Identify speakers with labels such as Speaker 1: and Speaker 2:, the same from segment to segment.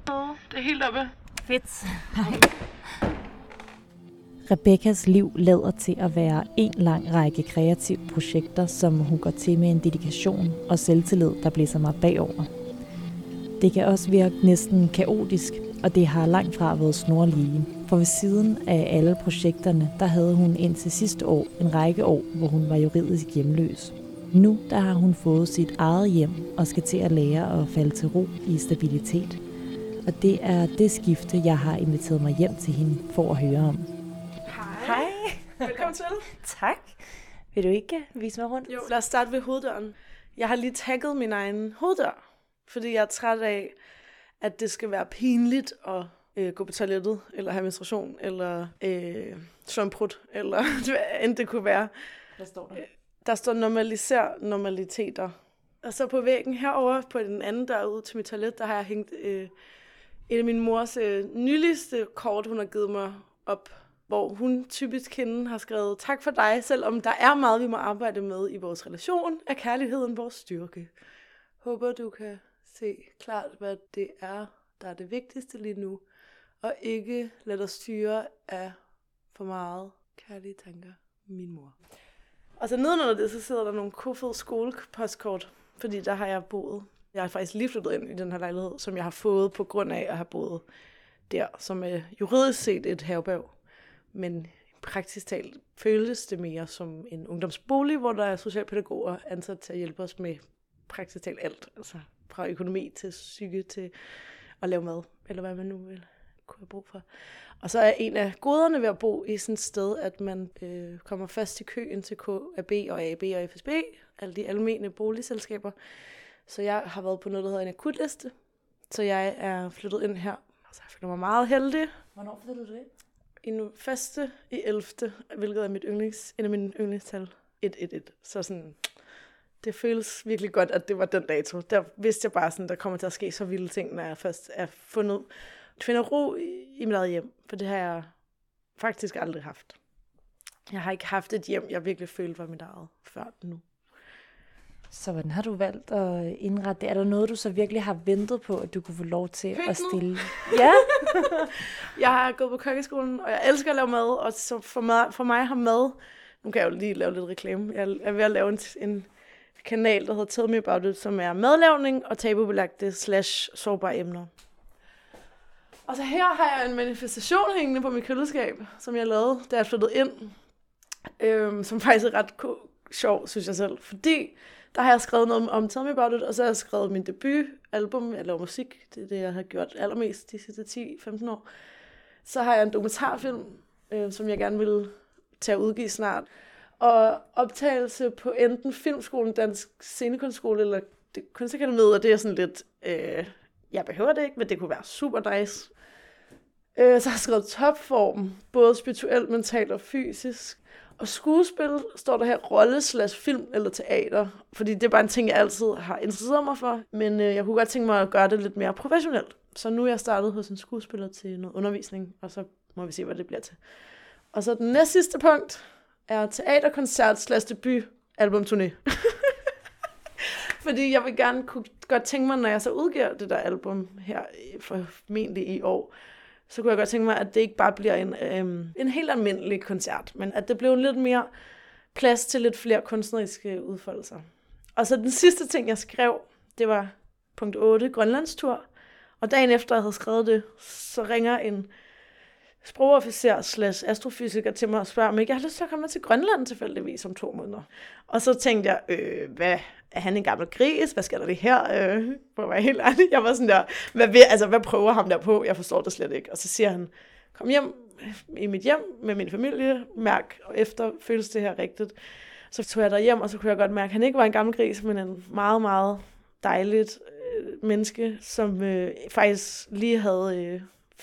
Speaker 1: Det er helt oppe.
Speaker 2: Fedt.
Speaker 3: Rebekkas liv lader til at være en lang række kreative projekter, som hun går til med en dedikation og selvtillid, der blæser mig bagover. Det kan også virke næsten kaotisk, og det har langt fra været snorlige. For ved siden af alle projekterne, der havde hun indtil sidste år en række år, hvor hun var juridisk hjemløs. Nu der har hun fået sit eget hjem og skal til at lære at falde til ro i stabilitet. Og det er det skifte, jeg har inviteret mig hjem til hende for at høre om.
Speaker 2: Hej.
Speaker 1: Velkommen til.
Speaker 2: Tak. Vil du ikke vise mig rundt?
Speaker 1: Jo, lad os starte ved hoveddøren. Jeg har lige tagget min egen hoveddør, fordi jeg er træt af, at det skal være pinligt at gå på toilettet, eller have menstruation, eller slå en prut, eller hvad end det kunne være.
Speaker 2: Hvad står der?
Speaker 1: Der står normaliser normaliteter. Og så på væggen herover på den anden dør ud til mit toilet, der har jeg hængt et af min mors nyligste kort, hun har givet mig op, hvor hun typisk hende har skrevet, tak for dig, selvom der er meget, vi må arbejde med i vores relation, er kærligheden vores styrke. Håber, du kan se klart, hvad det er, der er det vigtigste lige nu, og ikke lade dig styre af for meget kærlige tanker, min mor. Og så nedenunder det, så sidder der nogle Kofod skolepostkort, fordi der har jeg boet. Jeg har faktisk lige flyttet ind i den her lejlighed, som jeg har fået på grund af at have boet der, som er juridisk set et herberg. Men praktisk talt føles det mere som en ungdomsbolig, hvor der er socialpædagoger ansat til at hjælpe os med praktisk talt alt. Altså fra økonomi til psyke til at lave mad, eller hvad man nu vil kunne have brug for. Og så er en af goderne ved at bo i sådan et sted, at man kommer først i køen til KAB og AB og FSB, alle de almene boligselskaber. Så jeg har været på noget, der hedder en akutliste. Så jeg er flyttet ind her, og så jeg føler mig meget heldig.
Speaker 2: Hvornår flyttede du ind?
Speaker 1: I nu første i 11., hvilket er en af mine yndlingstal, 111. Så sådan, det føles virkelig godt, at det var den dato. Der vidste jeg bare, sådan, der kommer til at ske så vilde ting, når jeg først er finder ro i mit eget hjem. For det har jeg faktisk aldrig haft. Jeg har ikke haft et hjem, jeg virkelig følte var mit eget før nu.
Speaker 3: Så hvordan har du valgt at indrette det? Er der noget, du så virkelig har ventet på, at du kunne få lov til at stille? Ja.
Speaker 1: Jeg har gået på kokkeskolen, og jeg elsker at lave mad, og så for mig har mad, nu kan jeg jo lige lave lidt reklame, jeg er ved at lave en kanal, der hedder Tell Me About It, som er madlavning og tabubelagte / sårbare emner. Og så her har jeg en manifestation hængende på mit køleskab, som jeg lavede, da jeg flyttede ind, som faktisk er ret sjov, synes jeg selv, fordi der har jeg skrevet noget om Tell Me About It, og så har jeg skrevet min debutalbum. Jeg laver musik, det er det, jeg har gjort allermest de sidste 10-15 år. Så har jeg en dokumentarfilm, som jeg gerne vil tage og udgive snart. Og optagelse på enten Filmskolen, Dansk Scenekunstskole eller Kunstakademiet, og det er sådan lidt, jeg behøver det ikke, men det kunne være super nice. Så har jeg skrevet topform, både spirituelt, mentalt og fysisk. Og skuespil står der her rolle / film eller teater, fordi det er bare en ting, jeg altid har interesseret mig for. Men jeg kunne godt tænke mig at gøre det lidt mere professionelt. Så nu er jeg startet hos en skuespiller til noget undervisning, og så må vi se, hvad det bliver til. Og så den næste sidste punkt er teaterkoncert / debut albumturné. Fordi jeg vil godt tænke mig, når jeg så udgiver det der album her, formentlig i år, så kunne jeg godt tænke mig, at det ikke bare bliver en helt almindelig koncert, men at det blev lidt mere plads til lidt flere kunstneriske udfoldelser. Og så den sidste ting, jeg skrev, det var punkt 8, Grønlandstur. Og dagen efter, jeg havde skrevet det, så ringer en sprogofficer / astrofysiker til mig og spørger, om ikke jeg har lyst til at komme med til Grønland tilfældigvis om 2 måneder. Og så tænkte jeg, hvad er han en gammel gris? Hvad skal der det her? For at være helt ærlig. Jeg var sådan der, hvad prøver ham der på? Jeg forstår det slet ikke. Og så siger han, kom hjem i mit hjem med min familie, mærk, og efter føles det her rigtigt. Så tog jeg derhjem, og så kunne jeg godt mærke, at han ikke var en gammel gris, men en meget, meget dejligt menneske, som faktisk lige havde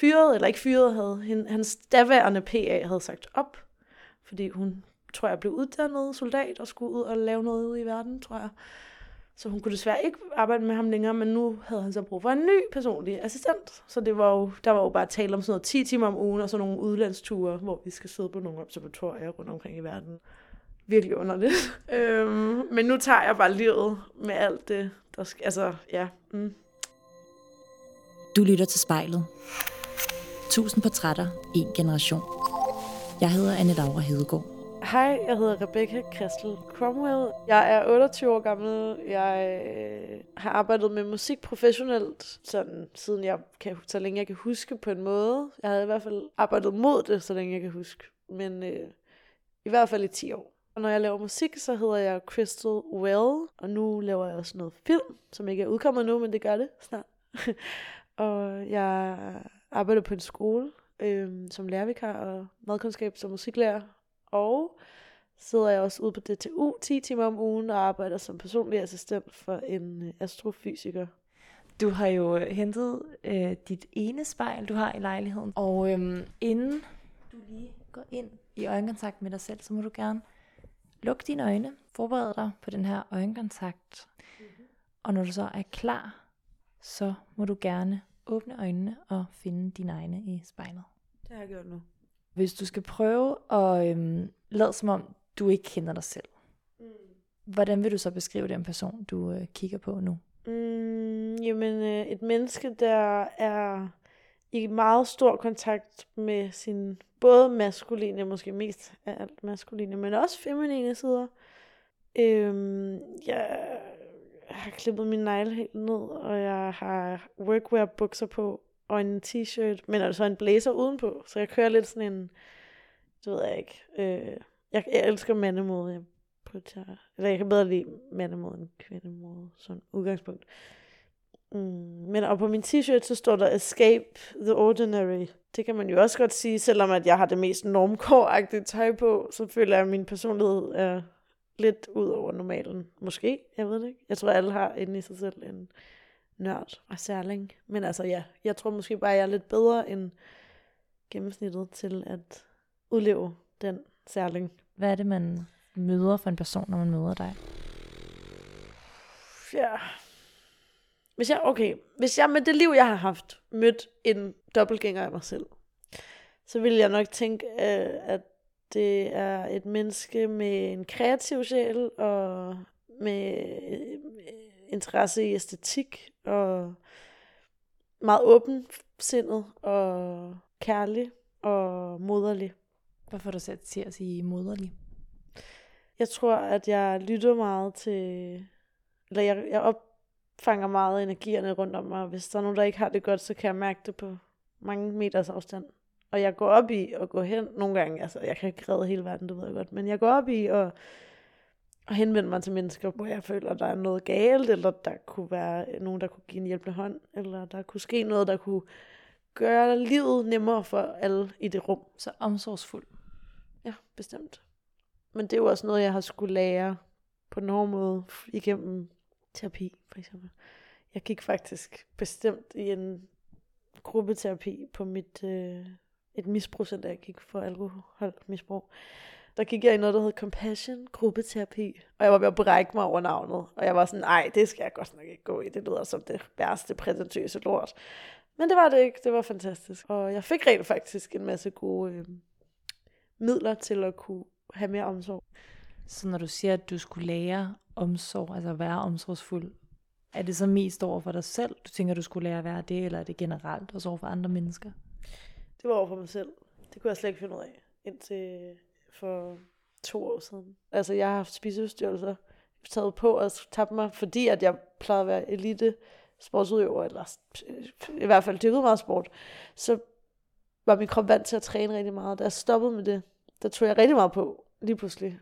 Speaker 1: hans daværende PA havde sagt op, fordi hun, tror jeg, blev uddannet soldat og skulle ud og lave noget ude i verden, tror jeg. Så hun kunne desværre ikke arbejde med ham længere, men nu havde han så brug for en ny personlig assistent. Så der var jo bare tale om sådan noget 10 timer om ugen, og sådan nogle udlandsture, hvor vi skal sidde på nogle observatorier rundt omkring i verden. Virkelig underligt. Men nu tager jeg bare livet med alt det, der skal, altså, ja.
Speaker 3: Du lytter til Spejlet. 1000 portrætter, en generation. Jeg hedder Anne Laura Hedegaard.
Speaker 1: Hej, jeg hedder Rebecca Christel Cromwell. Jeg er 28 år gammel. Jeg har arbejdet med musik professionelt, sådan, så længe jeg kan huske på en måde. Jeg har i hvert fald arbejdet mod det, så længe jeg kan huske. Men i hvert fald i 10 år. Og når jeg laver musik, så hedder jeg Crystal Well. Og nu laver jeg også noget film, som ikke er udkommet nu, men det gør det snart. Og jeg arbejder på en skole som lærervikar og madkundskabs- og musiklærer. Og sidder jeg også ude på DTU 10 timer om ugen og arbejder som personlig assistent for en astrofysiker.
Speaker 2: Du har jo hentet dit ene spejl, du har i lejligheden. Og inden du lige går ind i øjenkontakt med dig selv, så må du gerne lukke dine øjne. Forbered dig på den her øjenkontakt. Mm-hmm. Og når du så er klar, så må du gerne åbne øjnene og finde dine egne i spejlet.
Speaker 1: Det har jeg gjort nu.
Speaker 2: Hvis du skal prøve at lade som om, du ikke kender dig selv. Hvordan vil du så beskrive den person, du kigger på nu?
Speaker 1: Et menneske, der er i meget stor kontakt med sin både maskuline, måske mest af alt maskuline, men også feminine sider. Jeg har klippet min negle helt ned, og jeg har workwear bukser på, og en t-shirt, men altså en blazer udenpå. Så jeg kører lidt sådan en, det ved jeg ikke. Jeg elsker mandemode. Jeg kan bedre lide mandemode end kvindemode, sådan udgangspunkt. Men og på min t-shirt, så står der Escape the Ordinary. Det kan man jo også godt sige, selvom at jeg har det mest normcore-agtige tøj på, så føler jeg, at min personlighed er lidt ud over normalen. Måske, jeg ved det ikke. Jeg tror, alle har inde i sig selv en nørd og særling. Men altså ja, jeg tror måske bare, at jeg er lidt bedre end gennemsnittet til at udleve den særling.
Speaker 2: Hvad er det, man møder for en person, når man møder dig?
Speaker 1: Ja. Hvis jeg med det liv, jeg har haft, mødt en dobbeltgænger af mig selv, så vil jeg nok tænke, at det er et menneske med en kreativ sjæl og med interesse i æstetik og meget åbensindet og kærlig og moderlig.
Speaker 2: Hvad får du selv til at sige moderlig?
Speaker 1: Jeg tror, at jeg lytter meget til, eller jeg opfanger meget energierne rundt om mig. Hvis der er nogen, der ikke har det godt, så kan jeg mærke det på mange meters afstand. Og jeg går op i at gå hen nogle gange, altså jeg kan ikke redde hele verden, det ved jeg godt, men jeg går op i at henvende mig til mennesker, hvor jeg føler, at der er noget galt, eller der kunne være nogen, der kunne give en hjælpende hånd, eller der kunne ske noget, der kunne gøre livet nemmere for alle i det rum.
Speaker 2: Så omsorgsfuld.
Speaker 1: Ja, bestemt. Men det er jo også noget, jeg har skulle lære på den hårde måde igennem terapi, for eksempel. Jeg gik faktisk bestemt i en gruppeterapi på et misbrugscenter, jeg gik for alkoholmisbrug. Der gik jeg i noget, der hed Compassion gruppeterapi, og jeg var ved at brække mig over navnet, og jeg var sådan, nej, det skal jeg godt nok ikke gå i, det lyder som det værste prætentiøse lort. Men det var det ikke, det var fantastisk, og jeg fik rent faktisk en masse gode midler til at kunne have mere omsorg.
Speaker 2: Så når du siger, at du skulle lære omsorg, altså være omsorgsfuld, er det så mest over for dig selv, du tænker, du skulle lære at være det, eller er det generelt også over for andre mennesker?
Speaker 1: Det var over for mig selv. Det kunne jeg slet ikke finde ud af, indtil for 2 år siden. Altså, jeg har haft spiseforstyrrelser, taget på og tabt mig, fordi at jeg plejede at være elite sportsudøver, eller i hvert fald dyrket meget sport. Så var min krop vant til at træne rigtig meget. Da jeg stoppede med det, der tog jeg rigtig meget på, lige pludselig.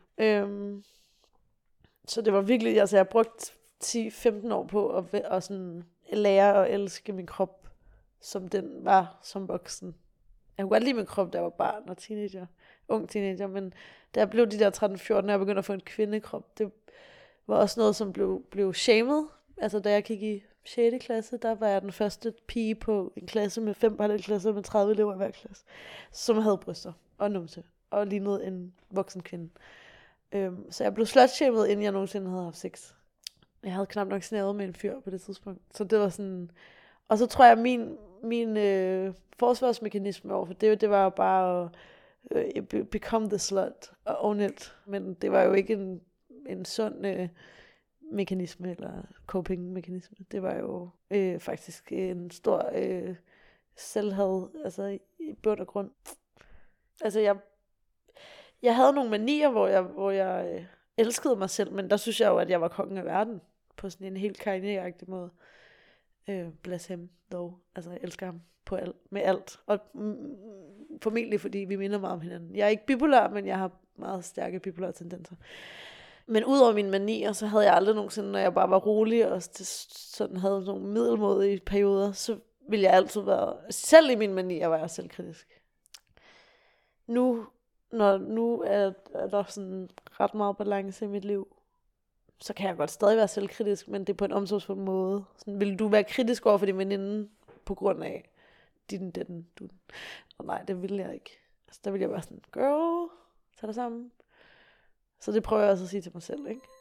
Speaker 1: Så det var virkelig, altså jeg brugte 10-15 år på at sådan lære at elske min krop, som den var som voksen. Jeg kunne godt lide min krop, da jeg var barn og ung teenager, men da jeg blev de der 13-14, og jeg begyndte at få en kvindekrop, det var også noget, som blev shamed. Altså da jeg gik i 6. klasse, der var jeg den første pige på en klasse med 5 parallelklasser med 30 elever i hver klasse, som havde bryster og numse og lignede en voksen kvinde. Så jeg blev slutshamed, inden jeg nogensinde havde haft sex. Jeg havde knap nok snævet med en fyr på det tidspunkt. Så det var sådan. Og så tror jeg, min forsvarsmekanisme overfor det var jo bare at become the slut og own it. Men det var jo ikke en sund mekanisme, eller coping-mekanisme. Det var jo faktisk en stor selvhad, altså i bund og grund. Altså jeg havde nogle manier, hvor jeg elskede mig selv, men der synes jeg jo, at jeg var kongen af verden, på sådan en helt karriereagtig måde. Bless him, dog. Altså, jeg elsker ham med alt. Og formentlig, fordi vi minder meget om hinanden. Jeg er ikke bipolar, men jeg har meget stærke bipolare tendenser. Men udover mine manier, så havde jeg aldrig nogensinde, når jeg bare var rolig, og sådan havde nogle middelmådige perioder, så ville jeg altid være, selv i mine manier var jeg selvkritisk. Nu er der sådan ret meget balance i mit liv, så kan jeg godt stadig være selvkritisk, men det er på en omsorgsfuld måde. Sådan, vil du være kritisk over for din veninde på grund af den? Og nej, det ville jeg ikke. Altså, der ville jeg være sådan, girl, tag dig sammen. Så det prøver jeg også at sige til mig selv, ikke?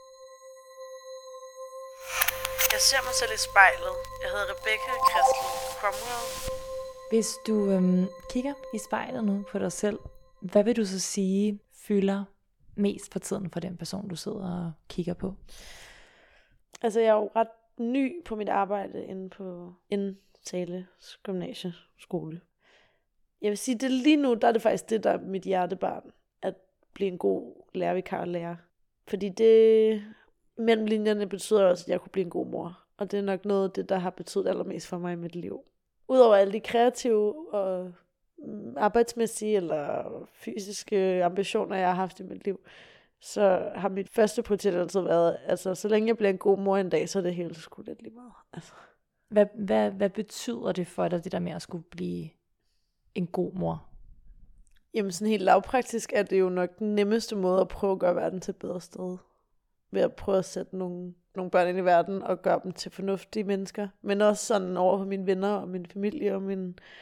Speaker 1: Jeg ser mig selv i spejlet. Jeg hedder Rebecca Christel Cromwell.
Speaker 2: Hvis du kigger i spejlet nu på dig selv, hvad vil du så sige fylder mest for tiden for den person, du sidder og kigger på?
Speaker 1: Altså, jeg er jo ret ny på mit arbejde inde på Zahles gymnasieskole. Jeg vil sige, det lige nu, der er det faktisk det, der er mit hjertebarn. At blive en god lærervikar og lærer. Fordi det mellem linjerne betyder også, at jeg kunne blive en god mor. Og det er nok noget af det, der har betydet allermest for mig i mit liv. Udover alle de kreative og arbejdsmæssige eller fysiske ambitioner, jeg har haft i mit liv, så har mit første prioritet altid været, altså så længe jeg bliver en god mor en dag, så er det hele sgu lidt lige meget. Altså.
Speaker 2: Hvad betyder det for dig, det der med at skulle blive en god mor?
Speaker 1: Jamen sådan helt lavpraktisk er det jo nok den nemmeste måde at prøve at gøre verden til et bedre sted. Ved at prøve at sætte nogle børn ind i verden og gøre dem til fornuftige mennesker. Men også sådan over for mine venner og min familie og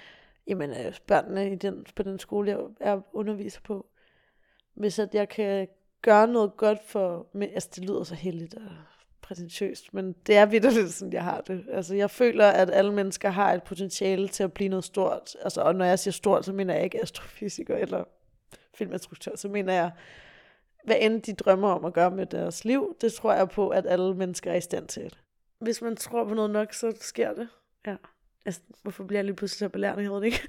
Speaker 1: børnene på den skole, jeg er underviser på. Hvis at jeg kan gøre noget godt for, altså det lyder så heldigt og prætentiøst, men det er vitterligt sådan, jeg har det. Altså jeg føler, at alle mennesker har et potentiale til at blive noget stort. Altså, og når jeg siger stort, så mener jeg ikke astrofysiker eller filminstruktør, så mener jeg, hvad end de drømmer om at gøre med deres liv, det tror jeg på, at alle mennesker er i stand til. Hvis man tror på noget nok, så sker det. Ja. Altså, hvorfor bliver jeg lige pludselig så belærende, jeg ved det ikke?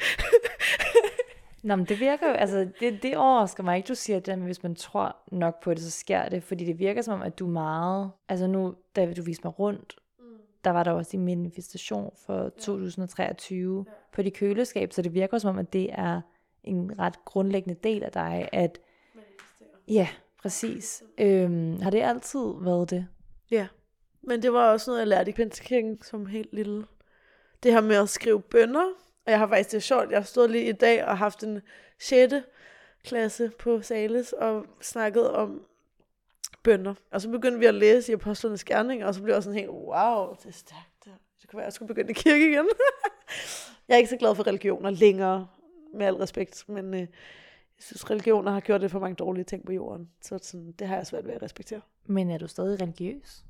Speaker 2: Nå, men det virker jo, altså det overrasker mig ikke, du siger det, men hvis man tror nok på det, så sker det, fordi det virker som om, at du meget, altså nu, da du viste mig rundt, der var der også en manifestation for 2023 på dit køleskab, så det virker som om, at det er en ret grundlæggende del af dig, at ja, præcis. Har det altid været det?
Speaker 1: Ja, men det var også noget, jeg lærte i Pinsekirken som helt lille. Det her med at skrive bønner. Og jeg har faktisk det sjovt. Jeg har stået lige i dag og haft en 6. klasse på Zahles og snakket om bønner. Og så begyndte vi at læse i Apostlenes Gerninger, og så blev jeg sådan helt, wow, det er stærkt. Det kunne være, jeg skulle begynde i kirke igen. Jeg er ikke så glad for religioner længere, med al respekt, men jeg synes, religioner har gjort det for mange dårlige ting på jorden. Så sådan, det har jeg svært ved at respektere.
Speaker 2: Men er du stadig religiøs?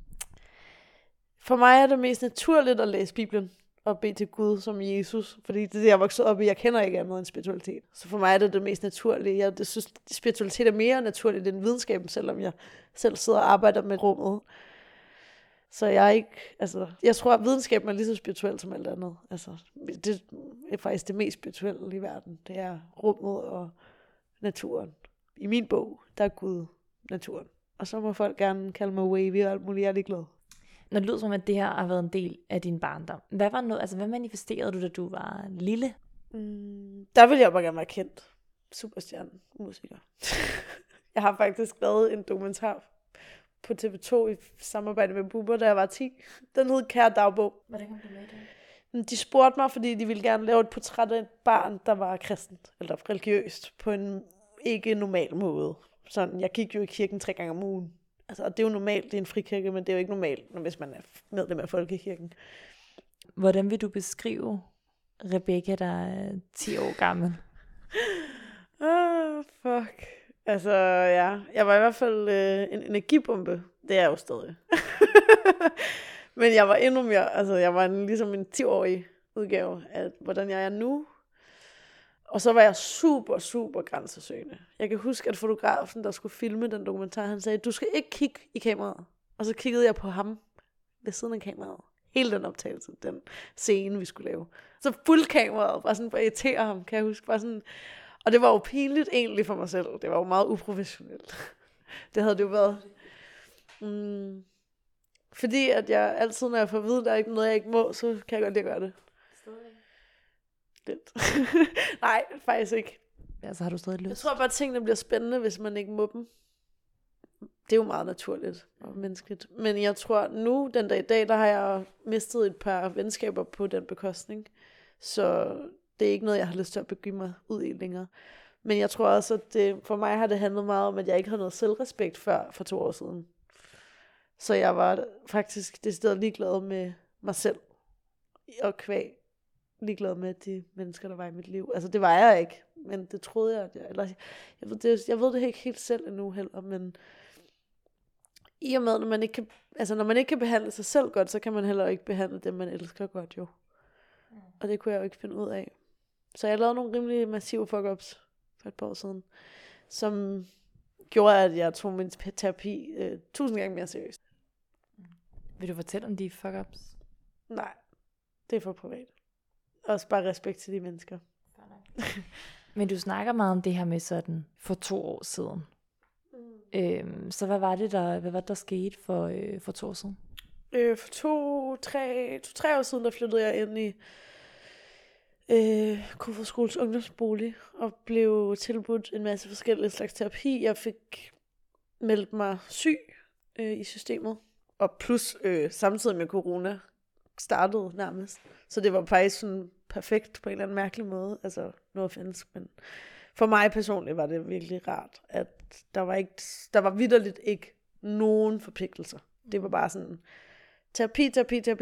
Speaker 1: For mig er det mest naturligt at læse Bibelen og bede til Gud som Jesus, fordi det er det, jeg er vokset op i. Jeg kender ikke andet end spiritualitet. Så for mig er det mest naturlige. Jeg synes, spiritualitet er mere naturligt end videnskaben, selvom jeg selv sidder og arbejder med rummet. Så jeg er ikke, altså, jeg tror, at videnskaben er lige så spirituel som alt andet. Altså, det er faktisk det mest spirituelle i verden. Det er rummet og naturen. I min bog, der er Gud naturen. Og så må folk gerne kalde mig wavy og alt muligt. Jeg er ligeglad.
Speaker 2: Når det lyder som, at det her har været en del af din barndom, hvad manifesterede du, da du var lille?
Speaker 1: Der ville jeg bare gerne være kendt. Superstjerne, musiker. Jeg har faktisk lavet en dokumentar på TV2 i samarbejde med Bubber, da jeg var 10. Den hed Kære Dagbog.
Speaker 2: Hvordan kom du med det?
Speaker 1: De spurgte mig, fordi de ville gerne lave et portræt af et barn, der var kristent, eller religiøst, på en ikke normal måde. Sådan, jeg gik jo i kirken 3 gange om ugen. Altså, og det er jo normalt, det er en frikirke, men det er jo ikke normalt, hvis man er medlem af folkekirken.
Speaker 2: Hvordan vil du beskrive Rebecca, der er 10 år gammel?
Speaker 1: Fuck. Altså, ja. Jeg var i hvert fald en energibombe. Det er jeg jo stadig. Men jeg var endnu mere, altså jeg var ligesom en 10-årig udgave af, hvordan jeg er nu. Og så var jeg super, super grænsesøgende. Jeg kan huske, at fotografen, der skulle filme den dokumentar, han sagde, du skal ikke kigge i kameraet. Og så kiggede jeg på ham ved siden af kameraet. Hele den optagelse, den scene, vi skulle lave. Så fuld kameraet, bare sådan for at irritere ham, kan jeg huske. Bare sådan, og det var jo pinligt egentlig for mig selv. Det var jo meget uprofessionelt. Det havde det jo været. Fordi at jeg altid, når jeg får at vide, at der er ikke noget, jeg ikke må, så kan jeg godt lide at gøre det. Lidt. Nej, faktisk ikke.
Speaker 2: Ja, så har du stadig lyst.
Speaker 1: Jeg tror bare, at tingene bliver spændende, hvis man ikke må dem. Det er jo meget naturligt og menneskeligt. Men jeg tror, nu, den dag i dag, der har jeg mistet et par venskaber på den bekostning. Så det er ikke noget, jeg har lyst til at begive mig ud i længere. Men jeg tror også, at for mig har det handlet meget om, at jeg ikke havde noget selvrespekt før for 2 år siden. Så jeg var faktisk decideret ligeglad med mig selv. Og ligeglad med de mennesker, der var i mit liv. Altså, det var jeg ikke. Men det troede jeg, at jeg ved det ikke helt selv endnu heller, men i og med, når man ikke kan behandle sig selv godt, så kan man heller ikke behandle dem, man elsker godt, jo. Og det kunne jeg jo ikke finde ud af. Så jeg lavede nogle rimelig massive fuck-ups for et par år siden, som gjorde, at jeg tog min terapi 1000 gange mere seriøst.
Speaker 2: Vil du fortælle om de fuck-ups?
Speaker 1: Nej, det er for privat. Også bare respekt til de mennesker.
Speaker 2: Men du snakker meget om det her med sådan for 2 år siden. Så hvad var det der skete for 2 år siden?
Speaker 1: For 2-3 år siden, der flyttede jeg ind i Kofoeds Skoles ungdomsbolig og blev tilbudt en masse forskellige slags terapi. Jeg fik meldt mig syg i systemet, og plus samtidig med corona startede nærmest. Så det var faktisk sådan perfekt på en eller anden mærkelig måde. Altså, no offense, men for mig personligt var det virkelig rart, at der var vitterligt ikke nogen forpligtelser. Det var bare sådan terapi.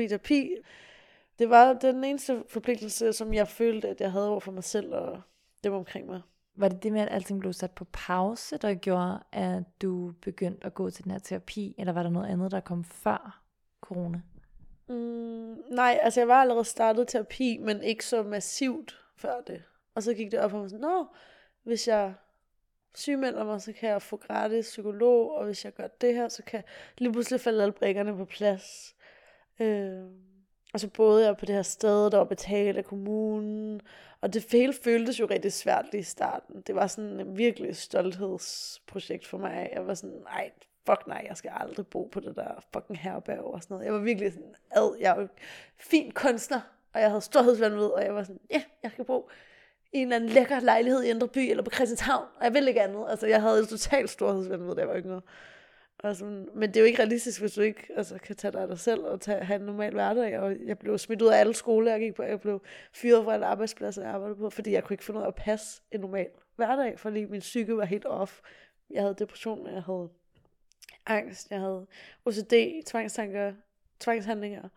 Speaker 1: Det var den eneste forpligtelse, som jeg følte, at jeg havde over for mig selv og dem omkring mig.
Speaker 2: Var det det med, at alting blev sat på pause, der gjorde, at du begyndte at gå til den her terapi, eller var der noget andet, der kom før corona?
Speaker 1: Nej, altså jeg var allerede startet terapi, men ikke så massivt før det. Og så gik det op for mig sådan, hvis jeg sygemelder mig, så kan jeg få gratis psykolog, og hvis jeg gør det her, så kan lige pludselig falde alle brikkerne på plads. Og så boede jeg på det her sted, der var betalt af kommunen, og det hele føltes jo rigtig svært lige i starten. Det var sådan en virkelig stolthedsprojekt for mig. Jeg var sådan, nej, jeg skal aldrig bo på det der fucking herberg og sådan noget. Jeg var virkelig sådan, jeg er jo fin kunstner, og jeg havde storhedsvanvid, og jeg var sådan, jeg skal bo i en eller anden lækker lejlighed i Indre By, eller på Christianshavn, og jeg vil ikke andet. Altså, jeg havde et totalt storhedsvanvid, da jeg var yngre. Men det er jo ikke realistisk, hvis du ikke kan tage dig af dig selv og have en normal hverdag. Og jeg blev smidt ud af alle skoler, jeg gik på. Jeg blev fyret fra alle arbejdspladser, jeg arbejdede på, fordi jeg kunne ikke finde ud af at passe en normal hverdag, fordi min psyke var helt off. Jeg havde depression, jeg havde angst, jeg havde OCD, tvangstanker, tvangshandlinger,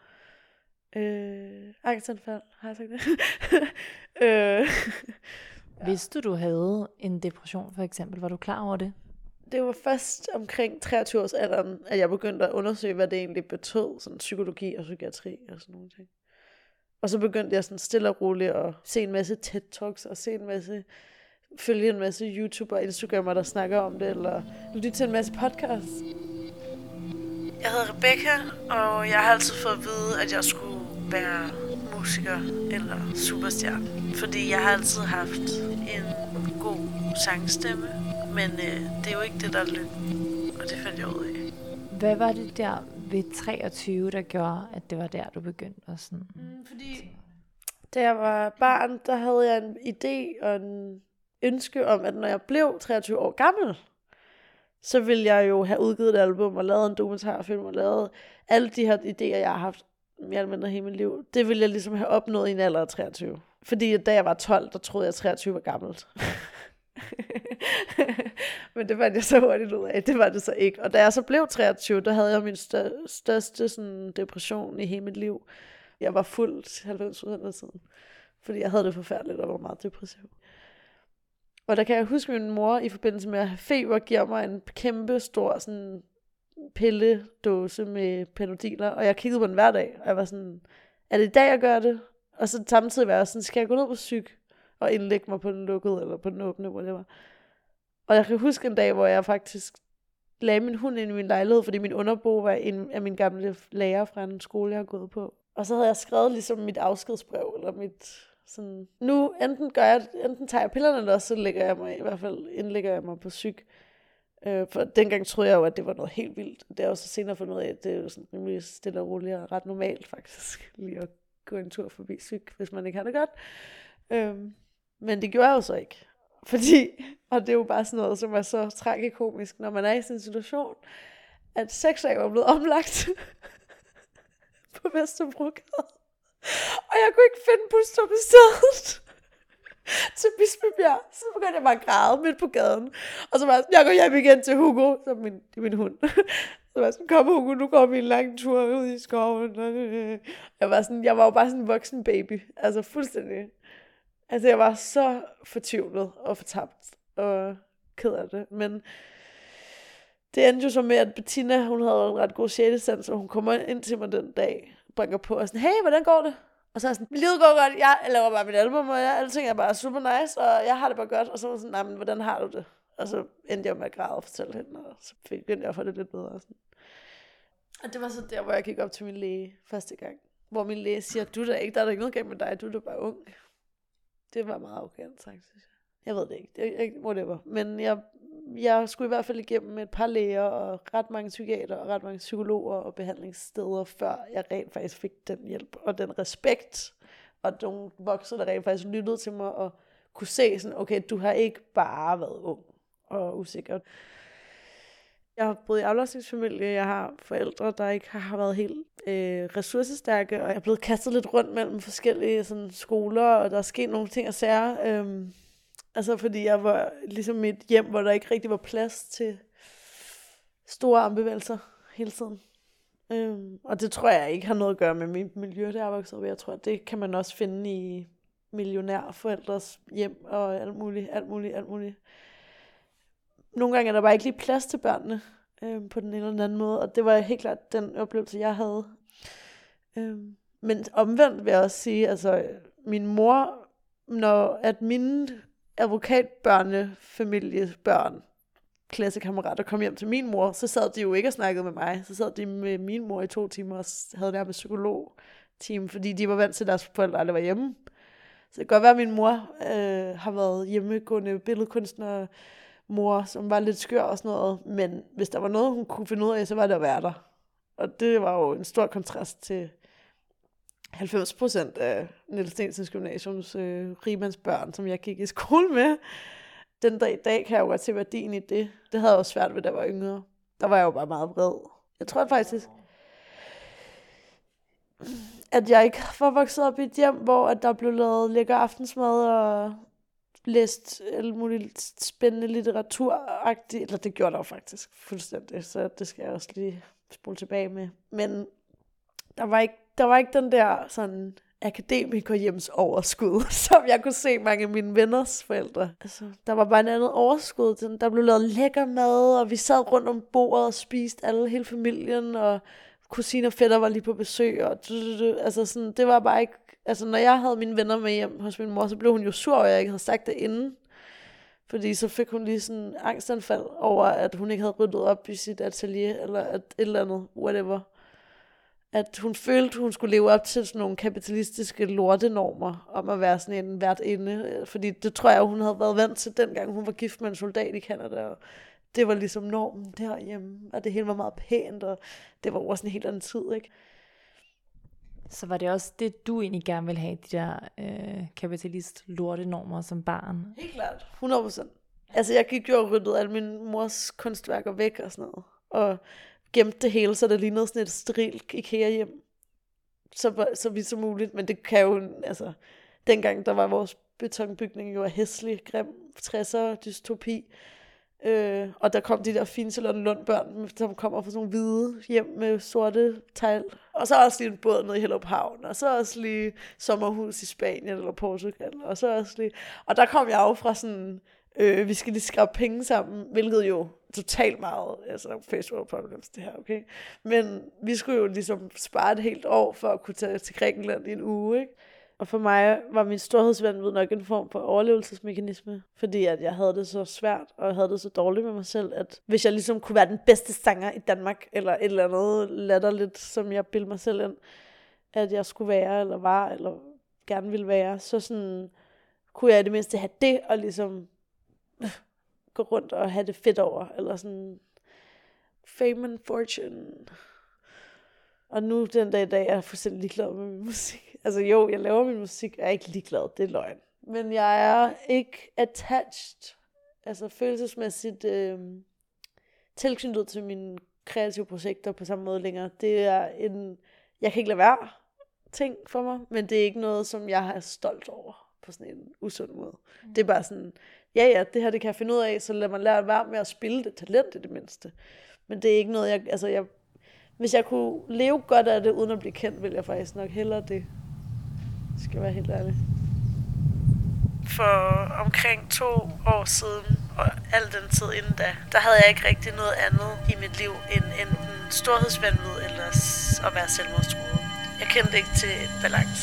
Speaker 1: angstanfald, har jeg sagt det?
Speaker 2: Vidste du havde en depression, for eksempel? Var du klar over det?
Speaker 1: Det var først omkring 23 års alderen, at jeg begyndte at undersøge, hvad det egentlig betød, sådan psykologi og psykiatri og sådan nogle ting. Og så begyndte jeg sådan stille og roligt at se en masse TED-talks og følge en masse YouTube og Instagrammer, der snakker om det, eller lytte til en masse podcasts. Jeg hedder Rebecca, og jeg har altid fået at vide, at jeg skulle være musiker eller superstjerne. Fordi jeg har altid haft en god sangstemme, men det er jo ikke det, der er lykken, og det fandt jeg ud af.
Speaker 2: Hvad var det der ved 23, der gjorde, at det var der, du begyndte at sådan?
Speaker 1: Fordi da jeg var barn, der havde jeg en idé og en ønske om, at når jeg blev 23 år gammel, så ville jeg jo have udgivet et album og lavet en dokumentarfilm og lavet alle de her idéer, jeg har haft mere eller mindre hele mit liv. Det ville jeg ligesom have opnået i en alder af 23. Fordi da jeg var 12, der troede jeg, at 23 var gammelt. Men det fandt jeg så hurtigt ud af. Det var det så ikke. Og da jeg så blev 23, der havde jeg min største sådan, depression i hele mit liv. Jeg var fuldt 90% af tiden. Fordi jeg havde det forfærdeligt og var meget depressiv. Og der kan jeg huske, at min mor i forbindelse med at have feber giver mig en kæmpe stor sådan, pilledåse med Panodiler. Og jeg kiggede på den hver dag. Og jeg var sådan, er det i dag, jeg gør det? Og så samtidig var jeg sådan, skal jeg gå ned på psyk og indlægge mig på den lukkede eller på den åbne, whatever. Og jeg kan huske en dag, hvor jeg faktisk lagde min hund ind i min lejlighed, fordi min underbo var en af mine gamle lærer fra en skole, jeg har gået på. Og så havde jeg skrevet ligesom mit afskedsbrev, eller mit sådan, nu enten tager jeg pillerne, eller så lægger jeg mig, i hvert fald indlægger jeg mig på psyk. For dengang troede jeg jo, at det var noget helt vildt. Det er jo så senere fundet ud af, at det er jo sådan rimelig stille og roligt og ret normalt faktisk, lige at gå en tur forbi psyk, hvis man ikke har det godt. Men det gjorde jeg jo så ikke. Fordi, og det er jo bare sådan noget, som er så tragikomisk, når man er i sådan en situation, at 6 år var blevet omlagt på Vesterbrogade. Og jeg kunne ikke finde busstoppestedet til Bispebjerg. Så begyndte jeg bare at græde midt på gaden. Og så var jeg sådan, jeg går hjem igen til Hugo, som min hund. Så var jeg sådan, kom Hugo, nu går vi en lang tur ud i skoven. Jeg var jo bare sådan en voksen baby. Altså fuldstændig. Altså jeg var så fortvivlet og fortabt og ked af det. Men det endte jo så med, at Bettina, hun havde en ret god sjælesans, og hun kommer ind til mig den dag, banker på og sådan, hey, hvordan går det? Og så er jeg sådan, livet går godt, jeg laver bare mit album, og alting er bare super nice, og jeg har det bare godt. Og så var jeg sådan, nej, men hvordan har du det? Og så endte jeg med at græde og fortælle hende, og så begyndte jeg at få det lidt bedre. Sådan. Og det var så der, hvor jeg gik op til min læge første gang, hvor min læge siger, der er ikke noget galt med dig, du er da bare ung. Det var meget arrogant sagt, synes jeg. Jeg ved det ikke, whatever. Men jeg skulle i hvert fald igennem et par læger og ret mange psykiater og ret mange psykologer og behandlingssteder, før jeg rent faktisk fik den hjælp og den respekt. Og nogle voksne, der rent faktisk lyttede til mig og kunne se sådan, okay, du har ikke bare været ung og usikker. Jeg har boet i aflastningsfamilie, jeg har forældre, der ikke har været helt ressourcestærke, og jeg er blevet kastet lidt rundt mellem forskellige sådan, skoler, og der er sket nogle ting og sager. Altså fordi jeg var ligesom i et hjem, hvor der ikke rigtig var plads til store ambivalser hele tiden. Og det tror jeg ikke har noget at gøre med mit miljø, der er vokset op. Jeg tror, at det kan man også finde i millionærforældres hjem og alt muligt. Nogle gange er der bare ikke lige plads til børnene på den ene eller den anden måde, og det var helt klart den oplevelse, jeg havde. Men omvendt vil jeg også sige, altså min mor, når at mine advokatbørnefamiliebørn, klassekammerater kom hjem til min mor, så sad de jo ikke og snakkede med mig, så sad de med min mor i 2 timer og havde der med psykologteam, fordi de var vant til, at deres forældre aldrig var hjemme. Så det kan godt være, at min mor har været hjemmegående billedkunstner, mor, som var lidt skør og sådan noget, men hvis der var noget, hun kunne finde ud af, så var det at være der. Og det var jo en stor kontrast til 90% af Niels Stensens Gymnasiums rigmandsbørn, som jeg gik i skole med. Den dag i dag kan jeg jo godt se værdien i det. Det havde jeg også svært ved, da jeg var yngre. Der var jeg jo bare meget vred. Jeg tror faktisk, at jeg ikke var vokset op i et hjem, hvor at der blev lavet lækker aftensmad og læst alt muligt spændende litteraturagtigt. Eller det gjorde der jo faktisk fuldstændig, så det skal jeg også lige spole tilbage med. Men der var ikke den der sådan akademikerhjems overskud, som jeg kunne se mange af mine venners forældre. Altså, der var bare en andet overskud. Der blev lavet lækker mad, og vi sad rundt om bordet og spiste hele familien, og kusiner og fætter var lige på besøg, og altså sådan, det var bare ikke, altså når jeg havde mine venner med hjem hos min mor, så blev hun jo sur, og jeg ikke havde sagt det inden. Fordi så fik hun lige sådan angstanfald over, at hun ikke havde ryddet op i sit atelier, eller et eller andet, whatever. At hun følte, hun skulle leve op til sådan nogle kapitalistiske lortenormer, om at være sådan en værtinde. Fordi det tror jeg, hun havde været vant til, dengang hun var gift med en soldat i Canada, og det var ligesom normen derhjemme, og det hele var meget pænt, og det var også en helt anden tid, ikke?
Speaker 3: Så var det også det, du egentlig gerne ville have, de der kapitalist-lortenormer som barn?
Speaker 1: Helt klart, 100%. Altså jeg gik jo og ryddede alle min mors kunstværker væk og sådan noget, og gemte det hele, så det lignede sådan et sterilt IKEA-hjem, så vidt som muligt, men det kan jo, altså, dengang der var vores betonbygning jo hæslig, grim, 60'er, dystopi, og der kom de der fine Charlotte Lund-børn, som kommer fra sådan nogle hvide hjem med sorte tegl, og så også lige en båd nede i Hellerup Havn, og så også lige sommerhus i Spanien eller Portugal, og så også lige, og der kom jeg jo fra sådan, vi skal lige skrabe penge sammen, hvilket jo totalt meget, altså first world problems det her, okay? Men vi skulle jo ligesom spare et helt år for at kunne tage til Grækenland i en uge, ikke? Og for mig var min storhedsvanvid nok en form for overlevelsesmekanisme, fordi at jeg havde det så svært, og havde det så dårligt med mig selv, at hvis jeg ligesom kunne være den bedste sanger i Danmark, eller et eller andet latterligt, som jeg bildte mig selv ind, at jeg skulle være, eller var, eller gerne ville være, så sådan, kunne jeg i det mindste have det, og ligesom gå rundt og have det fedt over, eller sådan fame and fortune. Og nu den dag i dag er jeg fuldstændig ligeglad med min musik. Altså jo, jeg laver min musik, og jeg er ikke ligeglad, det er løgn. Men jeg er ikke attached, altså følelsesmæssigt tilknyttet til mine kreative projekter på samme måde længere. Det er jeg kan ikke lade være ting for mig, men det er ikke noget, som jeg er stolt over på sådan en usund måde. Det er bare sådan, ja, det her det kan jeg finde ud af, så lad mig lære at være med at spille det talent i det mindste. Men det er ikke noget, hvis jeg kunne leve godt af det, uden at blive kendt, ville jeg faktisk nok hellere det. Skal jeg være helt ærlig. For omkring 2 år siden, og al den tid inden da, der havde jeg ikke rigtig noget andet i mit liv, end enten storhedsvanvid eller at være selvmordstruet. Jeg kendte ikke til balance.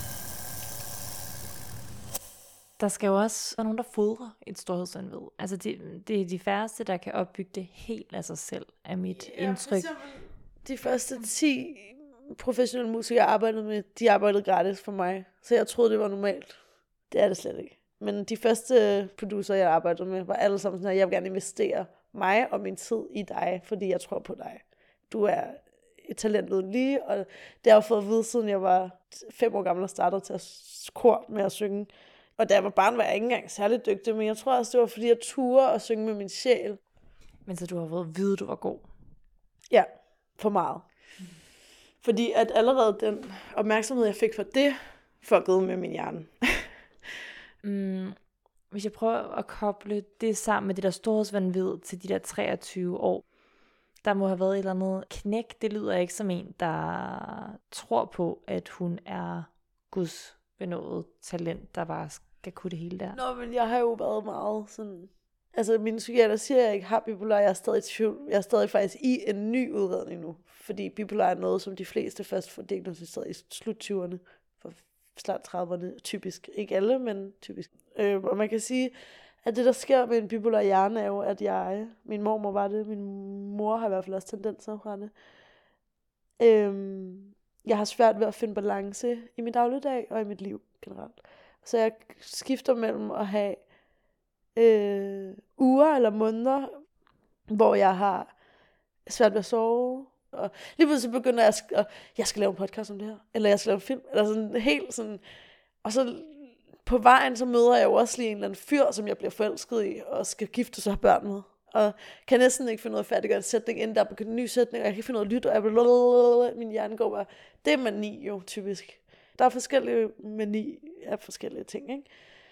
Speaker 2: Der skal jo også være nogen, der fodrer et storhedsvanvid. Altså det er de færreste, der kan opbygge det helt af sig selv, af mit indtryk.
Speaker 1: De første 10 professionelle musikere, jeg arbejdede med, de arbejdede gratis for mig. Så jeg troede, det var normalt. Det er det slet ikke. Men de første producer, jeg arbejdede med, var alle sammen sådan, at jeg vil gerne investere mig og min tid i dig, fordi jeg tror på dig. Du er et talent uden lige, og det har jeg fået at vide, siden jeg var 5 år gammel og startede til at kor med at synge. Og da jeg var barn, var jeg ikke engang særlig dygtig, men jeg tror også, det var fordi, jeg turde at synge med min sjæl.
Speaker 2: Men så du har fået at vide, du var god?
Speaker 1: Ja, for meget. Fordi at allerede den opmærksomhed, jeg fik for det, fuckede med min hjerne.
Speaker 2: Hvis jeg prøver at koble det sammen med det der storhedsvanvid til de der 23 år, der må have været et eller andet knæk. Det lyder ikke som en, der tror på, at hun er Guds benådet talent, der bare skal kunne det hele der.
Speaker 1: Nå, men jeg har jo været meget sådan... Altså, min psykiater siger, at jeg ikke har bipolar. Jeg er stadig i tvivl. Jeg er stadig faktisk i en ny udredning nu. Fordi bipolar er noget, som de fleste først får diagnosticeret i slut 20'erne. For start 30'erne typisk. Ikke alle, men typisk. Og man kan sige, at det, der sker med en bipolar hjerne, er jo, at min mormor var det. Min mor har i hvert fald også tendenser fra det. Jeg har svært ved at finde balance i min dagligdag og i mit liv generelt. Så jeg skifter mellem at have uger eller måneder, hvor jeg har svært ved at sove, og lige pludselig begynder jeg skal lave en podcast om det her, eller jeg skal lave en film, eller sådan helt sådan, og så på vejen, så møder jeg jo også lige en eller anden fyr, som jeg bliver forelsket i, og skal gifte sig og have børn med, og kan næsten ikke finde ud af at færdiggøre en sætning, inden der begynder en ny sætning, og jeg kan ikke finde ud af at lytte, og min hjerne går bare, det er mani jo typisk. Der er forskellige mani af forskellige ting, ikke?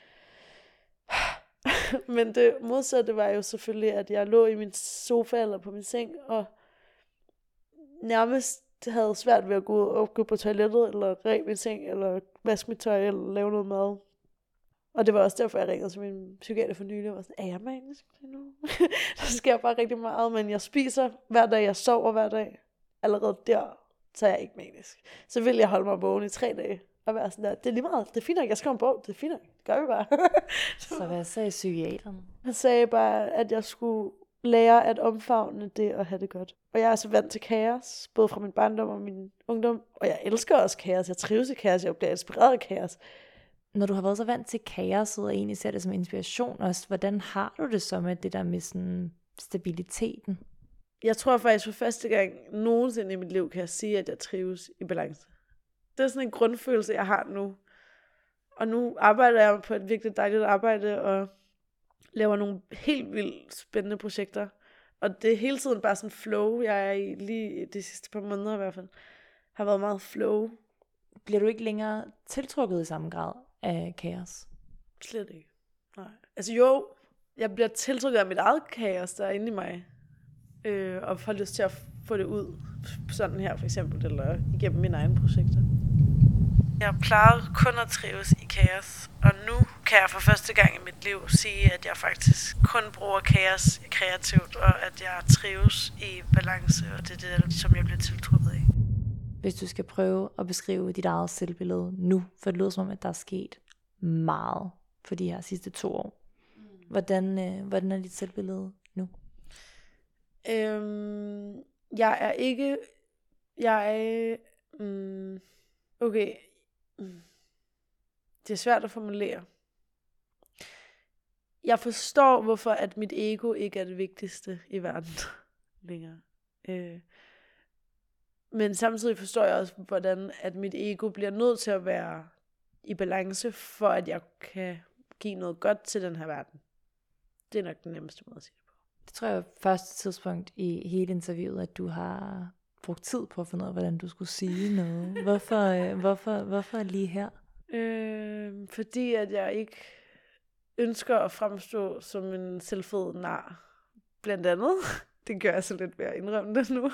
Speaker 1: Men det modsatte var jo selvfølgelig, at jeg lå i min sofa eller på min seng, og nærmest havde svært ved at gå på toilettet, eller ræbe min seng, eller vaske mit tøj, eller lave noget mad. Og det var også derfor, jeg ringede til min psykiater for nylig, og var sådan, er jeg manisk nu? Der sker bare rigtig meget, men jeg spiser hver dag, jeg sover hver dag. Allerede der, så er jeg ikke manisk. Så vil jeg holde mig vågen i 3 dage. Og være sådan der, det er lige meget, det er fint nok, jeg skriver en bog, det er fint nok, det gør vi bare.
Speaker 2: Så hvad sagde psykiateren?
Speaker 1: Han sagde bare, at jeg skulle lære at omfavne det og have det godt. Og jeg er så vant til kaos, både fra min barndom og min ungdom. Og jeg elsker også kaos, jeg trives i kaos, jeg bliver inspireret af kaos.
Speaker 2: Når du har været så vant til kaoset, og egentlig ser det som inspiration også, hvordan har du det så med det der med sådan stabiliteten?
Speaker 1: Jeg tror faktisk for første gang nogensinde i mit liv, kan jeg sige, at jeg trives i balance. Det er sådan en grundfølelse, jeg har nu. Og nu arbejder jeg på et virkelig dejligt arbejde, og laver nogle helt vildt spændende projekter. Og det er hele tiden bare sådan flow, jeg er i lige de sidste par måneder i hvert fald. Har været meget flow.
Speaker 2: Bliver du ikke længere tiltrukket i samme grad af kaos?
Speaker 1: Slet ikke. Nej. Altså jo, jeg bliver tiltrukket af mit eget kaos, der er inde i mig. Og får lyst til at få det ud. Sådan her for eksempel, eller igennem mine egne projekter. Jeg plejede kun at trives i kaos, og nu kan jeg for første gang i mit liv sige, at jeg faktisk kun bruger kaos kreativt, og at jeg trives i balance, og det er det, som jeg bliver tiltrukket af.
Speaker 2: hvis du skal prøve at beskrive dit eget selvbillede nu, for det lyder som om, at der er sket meget for de her sidste 2 år. Hvordan er dit selvbillede nu?
Speaker 1: Okay. Det er svært at formulere. Jeg forstår, hvorfor at mit ego ikke er det vigtigste i verden længere. Men samtidig forstår jeg også, hvordan at mit ego bliver nødt til at være i balance, for at jeg kan give noget godt til den her verden. Det er nok den nemmeste måde at sige det på.
Speaker 2: Det tror jeg er første tidspunkt i hele interviewet, at du har brugt tid på at finde ud af, hvordan du skulle sige noget. Hvorfor lige her?
Speaker 1: Fordi at jeg ikke ønsker at fremstå som en selvfed nar. Blandt andet. Det gør jeg så lidt ved at indrømme det nu.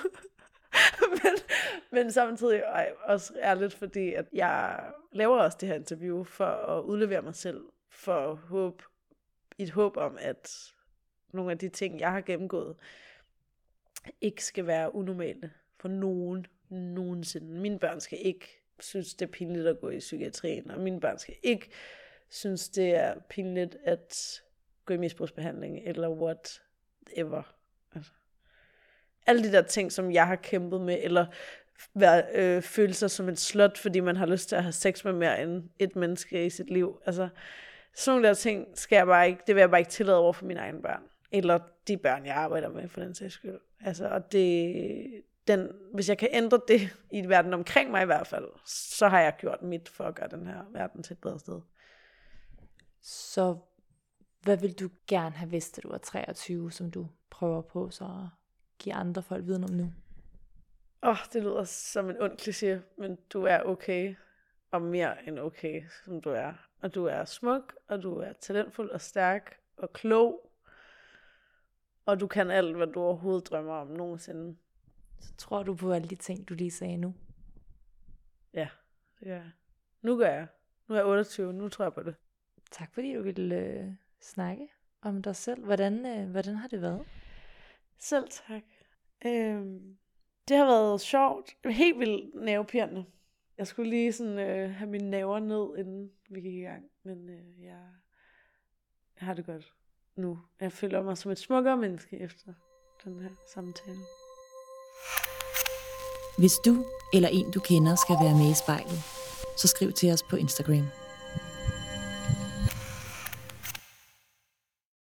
Speaker 1: men samtidig også ærligt, fordi at jeg laver også det her interview for at udlevere mig selv, for et håb om, at nogle af de ting, jeg har gennemgået, ikke skal være unormale for nogen nogensinde. Mine børn skal ikke synes, det er pinligt at gå i psykiatrien, og mine børn skal ikke synes, det er pinligt at gå i misbrugsbehandling, eller whatever. Altså. Alle de der ting, som jeg har kæmpet med, eller føle sig som en slut, fordi man har lyst til at have sex med mere end et menneske i sit liv. Altså, sådan nogle der ting det vil jeg bare ikke tillade over for mine egne børn. Eller de børn, jeg arbejder med, for den sags skyld. Altså, og hvis jeg kan ændre det i verden omkring mig i hvert fald, så har jeg gjort mit for at gøre den her verden til et bedre sted.
Speaker 2: Så hvad vil du gerne have vidst, da du var 23, som du prøver på så at give andre folk viden om nu?
Speaker 1: Det lyder som en ond kliché, men du er okay, og mere end okay, som du er. Og du er smuk, og du er talentfuld og stærk og klog, og du kan alt, hvad du overhovedet drømmer om nogensinde.
Speaker 2: Så tror du på alle de ting, du lige sagde nu?
Speaker 1: Ja, det gør jeg. Nu gør jeg. Nu er jeg 28, nu tror jeg på det.
Speaker 2: Tak fordi du ville snakke om dig selv. Hvordan har det været?
Speaker 1: Selv tak. Det har været sjovt. Helt vildt nervepirrende. Jeg skulle lige sådan have mine nerver ned, inden vi gik i gang. Men jeg har det godt nu. Jeg føler mig som et smukkere menneske efter den her samtale.
Speaker 3: Hvis du eller en du kender skal være med i spejlet, så skriv til os på Instagram.